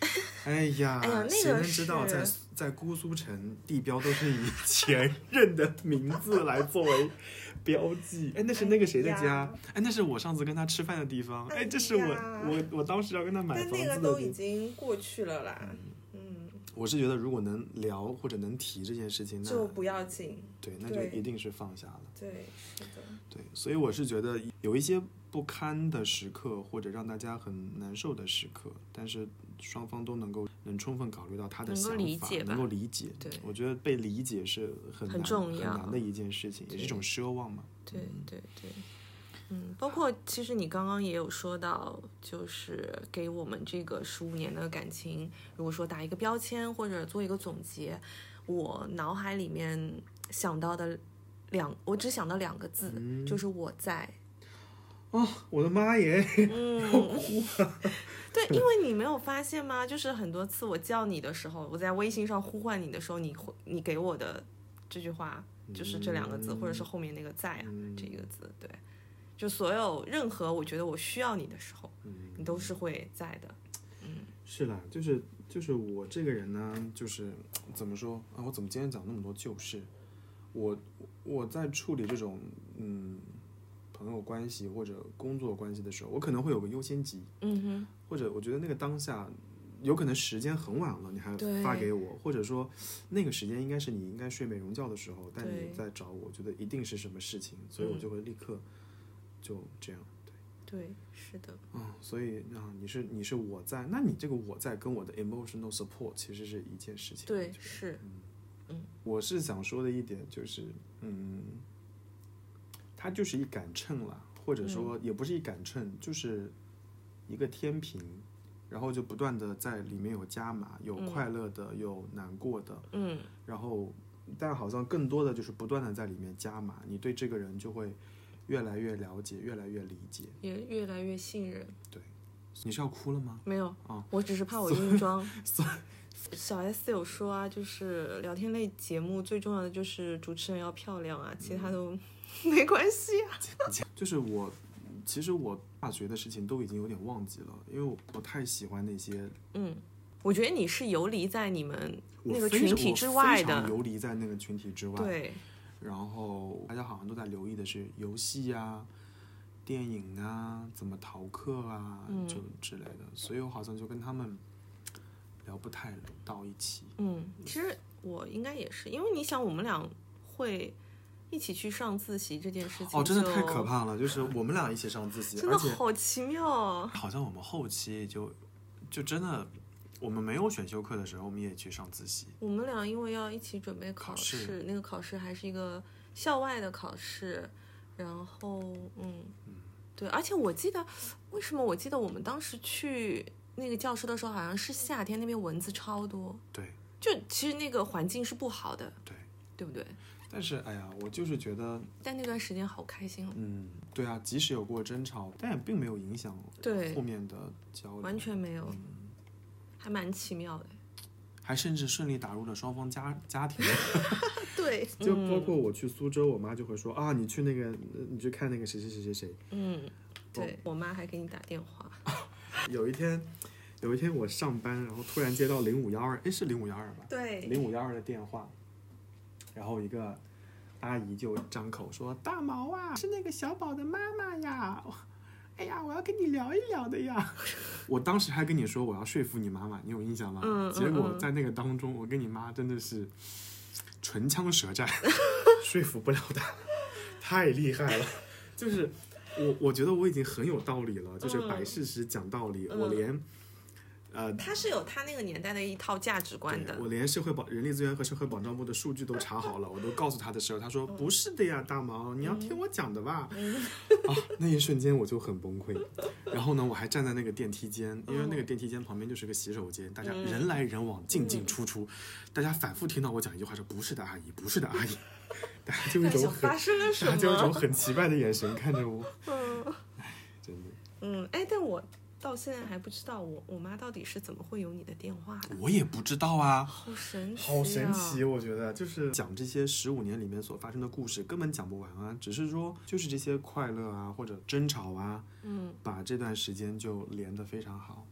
哎呀， 哎呀那个谁能知道在在姑苏城地标都是以前任的名字来作为标记。哎，那是那个谁的家？哎, 哎，那是我上次跟他吃饭的地方。哎，这是我我我当时要跟他买房子的地方。 但那个都已经过去了啦。嗯。嗯， 我是觉得如果能聊或者能提这件事情，那就不要紧。 对，那就一定是放下了。 对，是的。 对，所以我是觉得有一些不堪的时刻，或者让大家很难受的时刻，但是双方都能够能充分考虑到他的想法，能够理解吧，能够理解。 对， 我觉得被理解是很难很重要很难的一件事情，也是一种奢望嘛。 对对对。嗯，包括其实你刚刚也有说到，就是给我们这个十五年的感情，如果说打一个标签或者做一个总结，我脑海里面想到的两，我只想到两个字，嗯、就是我在。 哦，我的妈耶！ 嗯，要哭了。对，因为你没有发现吗？就是很多次我叫你的时候，我在微信上呼唤你的时候，你你给我的这句话就是这两个字，嗯、或者是后面那个在啊、嗯、这个字，对。就所有任何我觉得我需要你的时候，嗯、你都是会在的。嗯， 是啦，就是就是我这个人呢，就是怎么说啊？我怎么今天讲那么多旧事？我我在处理这种嗯朋友关系或者工作关系的时候，我可能会有个优先级， 嗯哼， 或者我觉得那个当下有可能时间很晚了，你还发给我，或者说那个时间应该是你应该睡美容觉的时候，但你在找我，觉得一定是什么事情，所以我就会立刻。就这样， 对，对，是的， 嗯，所以啊，你是你是我在，那你这个我在跟我的 emotional support 其实是一件事情， 对，是， 嗯嗯，我是想说的一点就是，嗯，它就是一杆秤了，或者说也不是一杆秤，嗯、就是一个天平，然后就不断的在里面有加码，有快乐的，嗯、有难过的， 嗯， 然后但好像更多的就是不断的在里面加码，你对这个人就会。越来越了解，越来越理解， 也越来越信任。 对，你是要哭了吗？ 没有啊， 我只是怕我晕妆。小 S 有说啊，就是聊天类节目最重要的就是主持人要漂亮啊，其他都没关系啊。 就是我，其实我大学的事情都已经有点忘记了，因为我不太喜欢那些。 嗯，我觉得你是游离在你们那个群体之外的， 我非常游离在那个群体之外。 对。 然后大家好像都在留意的是游戏啊、电影啊、怎么逃课啊，嗯、就之类的，所以我好像就跟他们聊不太到一起。 嗯，其实我应该也是，因为你想，我们俩会一起去上自习这件事情， 哦，真的太可怕了！就是我们俩一起上自习， 真的好奇妙啊！ 好像我们后期就就真的。我们没有选修课的时候，我们也去上自习。 我们俩因为要一起准备考试，考试那个考试还是一个校外的考试，然后嗯，嗯对，而且我记得为什么我记得我们当时去那个教室的时候，好像是夏天，那边蚊子超多。 对， 就其实那个环境是不好的。 对， 对不对？ 但是哎呀，我就是觉得， 但那段时间好开心哦。 嗯，对啊，即使有过争吵，但也并没有影响对后面的交流， 完全没有。 嗯还蛮奇妙的， 还甚至顺利打入了双方家家庭。 对， 就包括我去苏州，我妈就会说啊，你去那个，你去看那个谁谁谁谁谁。 嗯，对，我妈还给你打电话。 有一天，有一天我上班，然后突然接到零五幺二，哎，是零五幺二吧？ 对， 零五幺二的电话，然后一个阿姨就张口说：“大毛啊，是那个小宝的妈妈呀。”哎呀，我要跟你聊一聊的呀！我当时还跟你说我要说服你妈妈，你有印象吗？ 嗯， 结果在那个当中，我跟你妈真的是唇枪舌战，说服不了她，太厉害了。就是我，我觉得我已经很有道理了，就是摆事实讲道理， 嗯、 我连。呃， 他是有他那个年代的一套价值观的。 我连社会保人力资源和社会保障部的数据都查好了，我都告诉他的时候，他说、嗯、不是的呀，大毛，你要听我讲的吧。嗯、啊，那一瞬间我就很崩溃。然后呢，我还站在那个电梯间，因为那个电梯间旁边就是个洗手间，大家人来人往，进进出出，嗯、大家反复听到我讲一句话说不是的阿姨，不是的阿姨，大家就一种很发生了什么， 大家就一种很奇怪的眼神看着我。 嗯， 哎，真的。 嗯，哎，但我。到现在还不知道我我妈到底是怎么会有你的电话的。 我也不知道啊， 好神奇、啊， 好神奇！我觉得就是讲这些十五年里面所发生的故事，根本讲不完啊。只是说，就是这些快乐啊，或者争吵啊， 嗯， 把这段时间就连得非常好。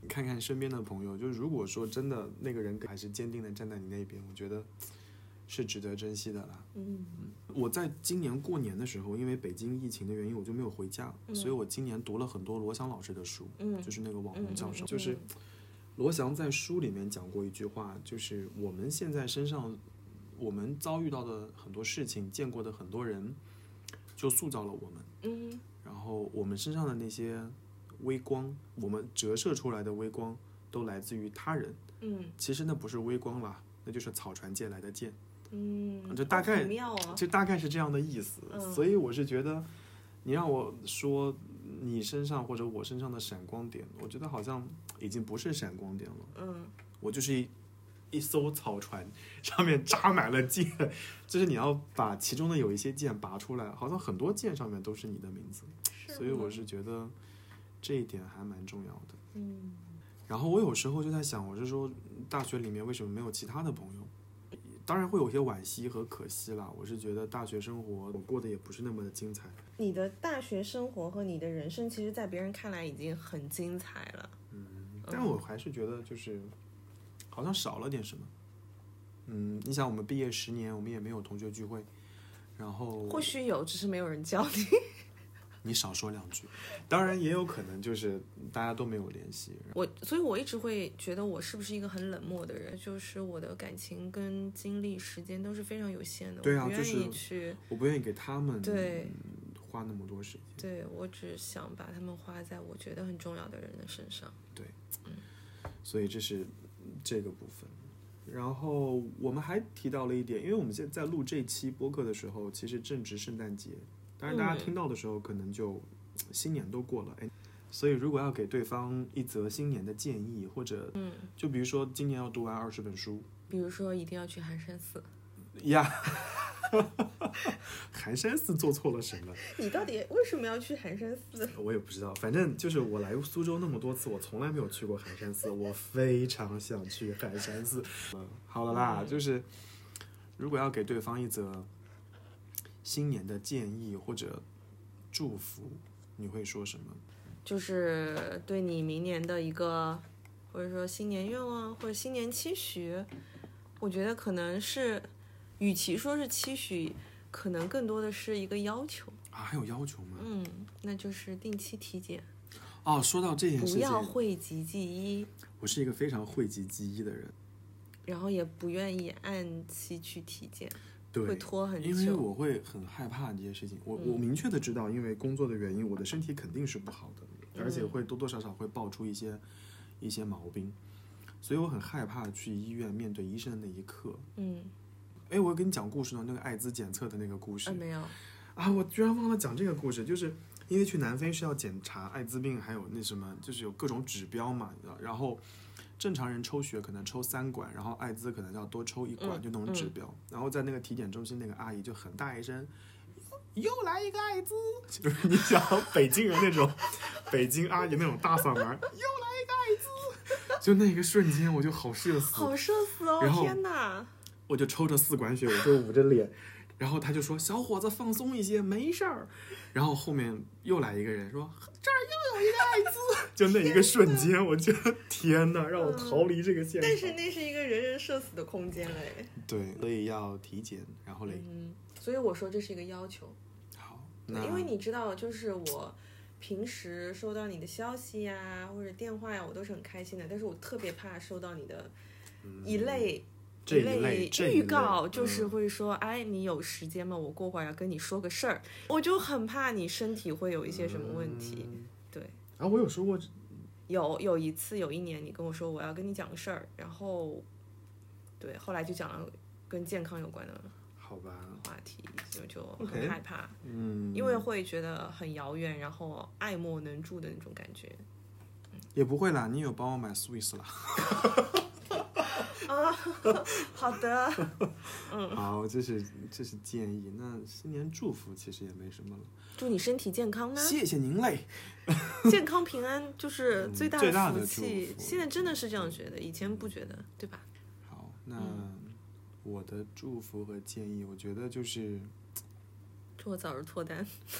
看看身边的朋友，就如果说真的那个人还是坚定的站在你那边，我觉得是值得珍惜的啦。 嗯我在今年过年的时候，因为北京疫情的原因，我就没有回家， 嗯所以我今年读了很多罗翔老师的书， 嗯就是那个网红教授， 嗯嗯嗯就是罗翔在书里面讲过一句话，就是我们现在身上我们遭遇到的很多事情，见过的很多人，就塑造了我们。 嗯然后我们身上的那些微光，我们折射出来的微光，都来自于他人。 嗯其实那不是微光啦，那就是草船借来的箭。 嗯， 这大概很妙啊。 这大概是这样的意思。 嗯所以我是觉得，你让我说你身上或者我身上的闪光点，我觉得好像已经不是闪光点了。 嗯我就是一一艘草船，上面扎满了箭，就是你要把其中的有一些箭拔出来，好像很多箭上面都是你的名字。所以我是觉得这一点还蛮重要的。 嗯然后我有时候就在想，我是说大学里面为什么没有其他的朋友？当然会有些惋惜和可惜啦。我是觉得大学生活我过得也不是那么的精彩。 你的大学生活和你的人生，其实在别人看来已经很精彩了。 嗯，但我还是觉得就是好像少了点什么。嗯，你想我们毕业十年，我们也没有同学聚会，然后或许有，只是没有人教你。 你少说两句。当然也有可能就是大家都没有联系。 我，所以我一直会觉得我是不是一个很冷漠的人，就是我的感情跟精力、时间都是非常有限的。 对啊， 我不愿意就去， 是我不愿意给他们对花那么多时间。 对我只想把他们花在我觉得很重要的人的身上。 对，所以这是这个部分。然后我们还提到了一点，因为我们现在在录这期播客的时候，其实正值圣诞节，当然大家听到的时候可能就新年都过了，哎，所以如果要给对方一则新年的建议，或者嗯， 就比如说今年要读完二十本书， 比如说一定要去寒山寺。 呀，寒山寺做错了什么？ 你到底为什么要去寒山寺？ 我也不知道，反正就是我来苏州那么多次，我从来没有去过寒山寺，我非常想去寒山寺。嗯，好了啦，就是如果要给对方一则新年的建议或者祝福，你会说什么？ 就是对你明年的一个，或者说新年愿望或者新年期许，我觉得可能是，与其说是期许，可能更多的是一个要求。 啊，还有要求吗？ 嗯，那就是定期体检。 哦，说到这件事情， 不要讳疾忌医。 我是一个非常讳疾忌医的人， 然后也不愿意按期去体检， 对， 会拖很久。 因为我会很害怕这些事情。我、嗯、我明确的知道，因为工作的原因，我的身体肯定是不好的，而且会多多少少会爆出一些一些毛病，所以我很害怕去医院面对医生的那一刻。 嗯， 哎，我跟你讲故事呢，那个艾滋检测的那个故事。 啊，没有。 啊，我居然忘了讲这个故事，就是因为去南非是要检查艾滋病，还有那什么，就是有各种指标嘛。然后正常人抽血可能抽三管，然后艾滋可能要多抽一管，就那种指标。 嗯嗯、 然后在那个体检中心，那个阿姨就很大一声，又来一个艾滋，就是你想北京人那种北京阿姨那种大嗓门，又来一个艾滋，就那个瞬间我就好社死， 好社死哦！天哪！ 我就抽着四管血，我就捂着脸。然后他就说：“小伙子，放松一些，没事儿。”然后后面又来一个人说：“这儿又有一个艾滋。”就那一个瞬间，我觉得天哪，让我逃离这个现场。 但是那是一个人人社死的空间嘞。 对，所以要体检，然后嘞。 嗯，所以我说这是一个要求。 好， 那因为你知道，就是我平时收到你的消息呀，或者电话呀，我都是很开心的。但是我特别怕收到你的一类。 嗯这一类预告，就是会说、嗯、哎你有时间吗，我过会儿要跟你说个事儿，我就很怕你身体会有一些什么问题、嗯、对啊，我有说过有有一次有一年你跟我说我要跟你讲个事儿，然后对后来就讲了跟健康有关的好吧话题，就就很害怕、okay, 嗯， 因为会觉得很遥远，然后爱莫能助的那种感觉、 嗯、也不会啦，你有帮我买 Swiss 啦啊，好的，嗯， 好，这是这是建议。那新年祝福其实也没什么了， 祝你身体健康呢。 谢谢您嘞， 健康平安就是最大的福气、嗯、现在真的是这样觉得，以前不觉得，对吧？ 好，那我的祝福和建议，我觉得就是祝我早日脱单。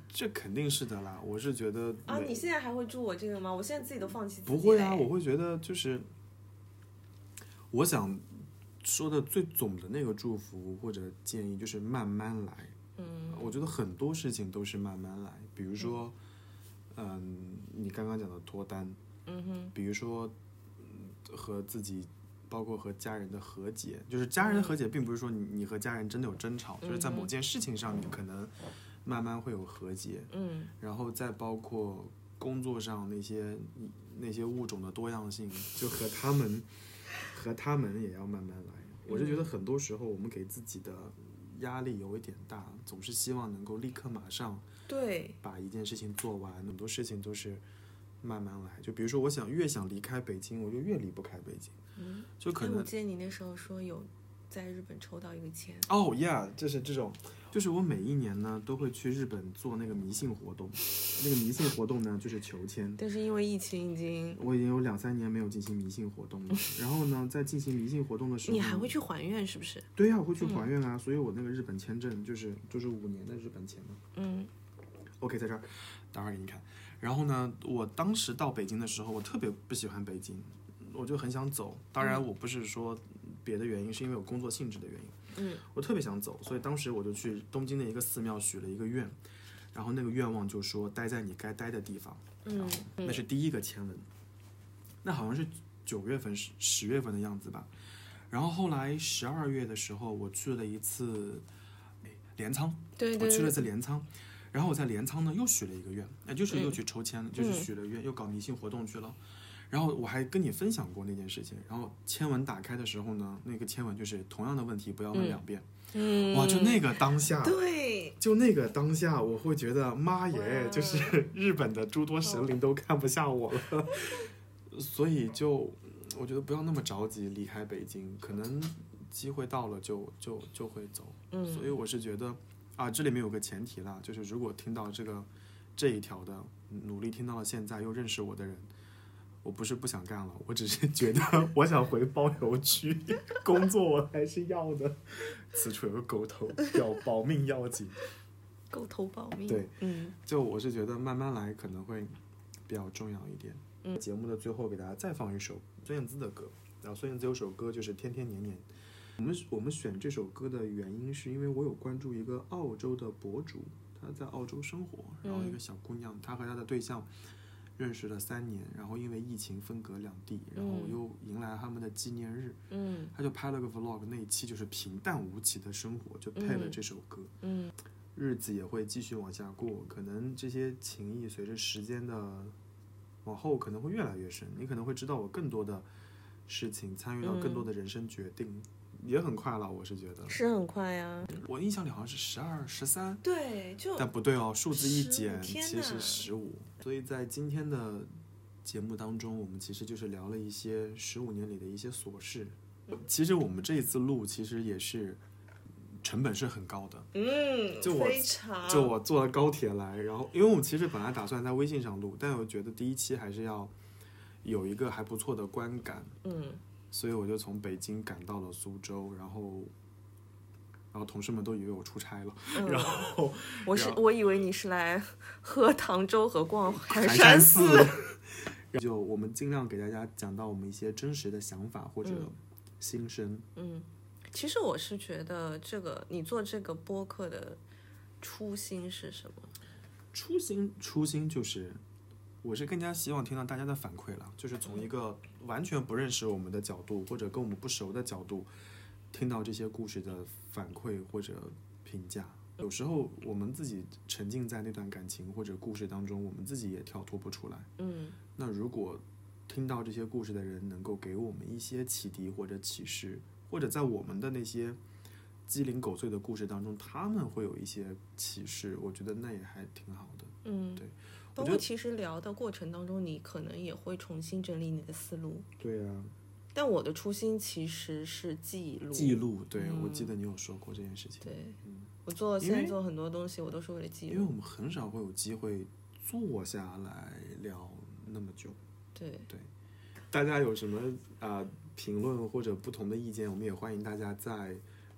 这肯定是的啦，我是觉得啊，你现在还会祝我这个吗？我现在自己都放弃自己不会啊， 嘞我会觉得就是我想说的最总的那个祝福或者建议就是慢慢来。 嗯， 我觉得很多事情都是慢慢来，比如说，嗯，你刚刚讲的脱单， 嗯哼， 比如说嗯和自己，包括和家人的和解，就是家人和解，并不是说你你和家人真的有争吵， 嗯、 就是在某件事情上你可能慢慢会有和解， 嗯， 然后再包括工作上那些那些物种的多样性，就和他们和他们也要慢慢来。我是觉得很多时候我们给自己的压力有一点大，总是希望能够立刻马上对把一件事情做完，很多事情都是慢慢来。就比如说，我想越想离开北京，我就越离不开北京。 嗯， 就可能我记得你那时候说有在日本抽到一个签。 哦、oh, yeah， 就是这种，就是我每一年呢都会去日本做那个迷信活动，那个迷信活动呢就是求签。 但是因为疫情已经， 我已经有两三年没有进行迷信活动了。然后呢，在进行迷信活动的时候， 你还会去还愿是不是？ 对呀、啊，我会去还愿啊、嗯。所以我那个日本签证就是就是五年的日本签嘛。 嗯。 OK， 在这儿，待会儿给你看。然后呢，我当时到北京的时候，我特别不喜欢北京，我就很想走。当然，我不是说别的原因，是因为有工作性质的原因。 嗯， 我特别想走，所以当时我就去东京的一个寺庙许了一个愿，然后那个愿望就说待在你该待的地方。 嗯， 那是第一个签文，那好像是九月份、十十月份的样子吧。然后后来十二月的时候，我去了一次镰仓， 对对对， 我去了一次镰仓。然后我在镰仓呢又许了一个愿，那就是又去抽签了，嗯、就是许了愿，又搞迷信活动去了。然后我还跟你分享过那件事情。然后签文打开的时候呢，那个签文就是同样的问题不要问两遍。 嗯， 哇，就那个当下， 对， 就那个当下，我会觉得妈耶，就是日本的诸多神灵都看不下我了。所以就我觉得不要那么着急离开北京，可能机会到了就就就会走。 嗯， 所以我是觉得。啊，这里面有个前提啦，就是如果听到这个这一条的，努力听到了现在又认识我的人，我不是不想干了，我只是觉得我想回包邮区工作，我还是要的。此处有个狗头，要保命要紧。 狗头保命。 对， 嗯， 就我是觉得慢慢来可能会比较重要一点。嗯，节目的最后给大家再放一首孙燕姿的歌，然后孙燕姿有首歌就是《天天年年》。我们我们选这首歌的原因是因为我有关注一个澳洲的博主，他在澳洲生活，然后一个小姑娘，她和她的对象认识了三年，然后因为疫情分隔两地，然后又迎来他们的纪念日，嗯，他就拍了个 vlog， 那一期就是平淡无奇的生活，就配了这首歌，嗯，日子也会继续往下过，可能这些情谊随着时间的往后可能会越来越深，你可能会知道我更多的事情，参与到更多的人生决定。嗯，也很快了，我是觉得是很快呀。 我印象里好像是十二、十三， 对，就但不对哦，数字一减，其实十五。所以在今天的节目当中，我们其实就是聊了一些十五年里的一些琐事。其实我们这一次录，其实也是成本是很高的。 嗯， 就我非常就我坐了高铁来，然后因为我们其实本来打算在微信上录，但我觉得第一期还是要有一个还不错的观感。嗯。所以我就从北京赶到了苏州，然后，然后同事们都以为我出差了，嗯、然后我是我以为你是来喝糖粥和逛寒山寺。就我们尽量给大家讲到我们一些真实的想法或者心声。 嗯，嗯其实我是觉得这个你做这个播客的初心是什么？ 初心初心就是。我是更加希望听到大家的反馈了，就是从一个完全不认识我们的角度，或者跟我们不熟的角度，听到这些故事的反馈或者评价。有时候我们自己沉浸在那段感情或者故事当中，我们自己也跳脱不出来。嗯，那如果听到这些故事的人能够给我们一些启迪或者启示，或者在我们的那些鸡零狗碎的故事当中，他们会有一些启示，我觉得那也还挺好的。嗯，对。 包括其实聊的过程当中，你可能也会重新整理你的思路。 对啊。 但我的初心其实是记录。 记录，对、嗯，我记得你有说过这件事情。 对，嗯、我做现在做很多东西，我都是为了记录。 因为我们很少会有机会坐下来聊那么久。 对对。大家有什么啊、呃、评论或者不同的意见，我们也欢迎大家在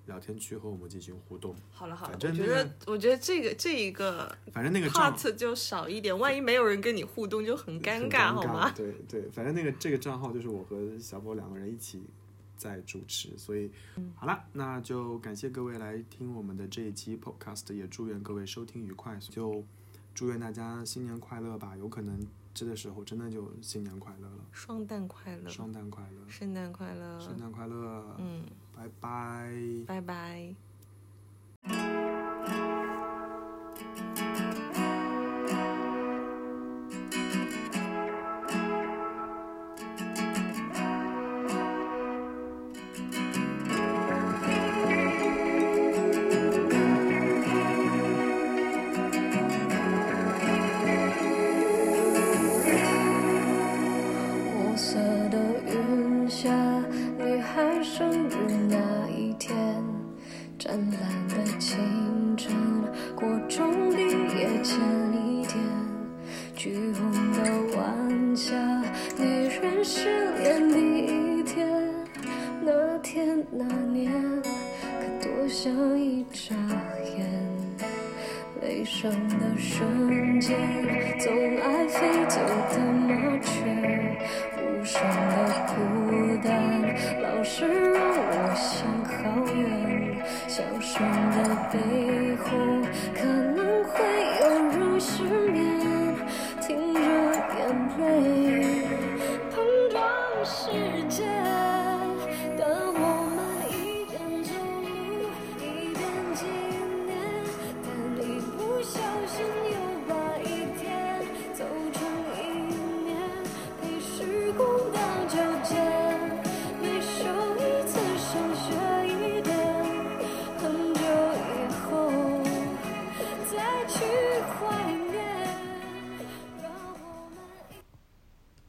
聊天区和我们进行互动。 好了好了， 反正、 我那个、 觉得我觉得这个这一个反正那个账 part 就少一点，万一没有人跟你互动就很尴尬， 很尴尬好吗？ 对对，反正那个这个账号就是我和小波两个人一起在主持，所以、嗯、好了，那就感谢各位来听我们的这一期 podcast， 也祝愿各位收听愉快，就祝愿大家新年快乐吧，有可能这个时候真的就新年快乐了， 双旦快乐， 双旦快乐， 圣诞快乐， 圣诞快乐， 嗯， 拜拜， 拜拜。 湛蓝的清晨，过钟比夜前一点，橘红的晚霞，女人失恋第一天，那天那年，可多像一眨眼。悲伤的瞬间，总爱飞走的马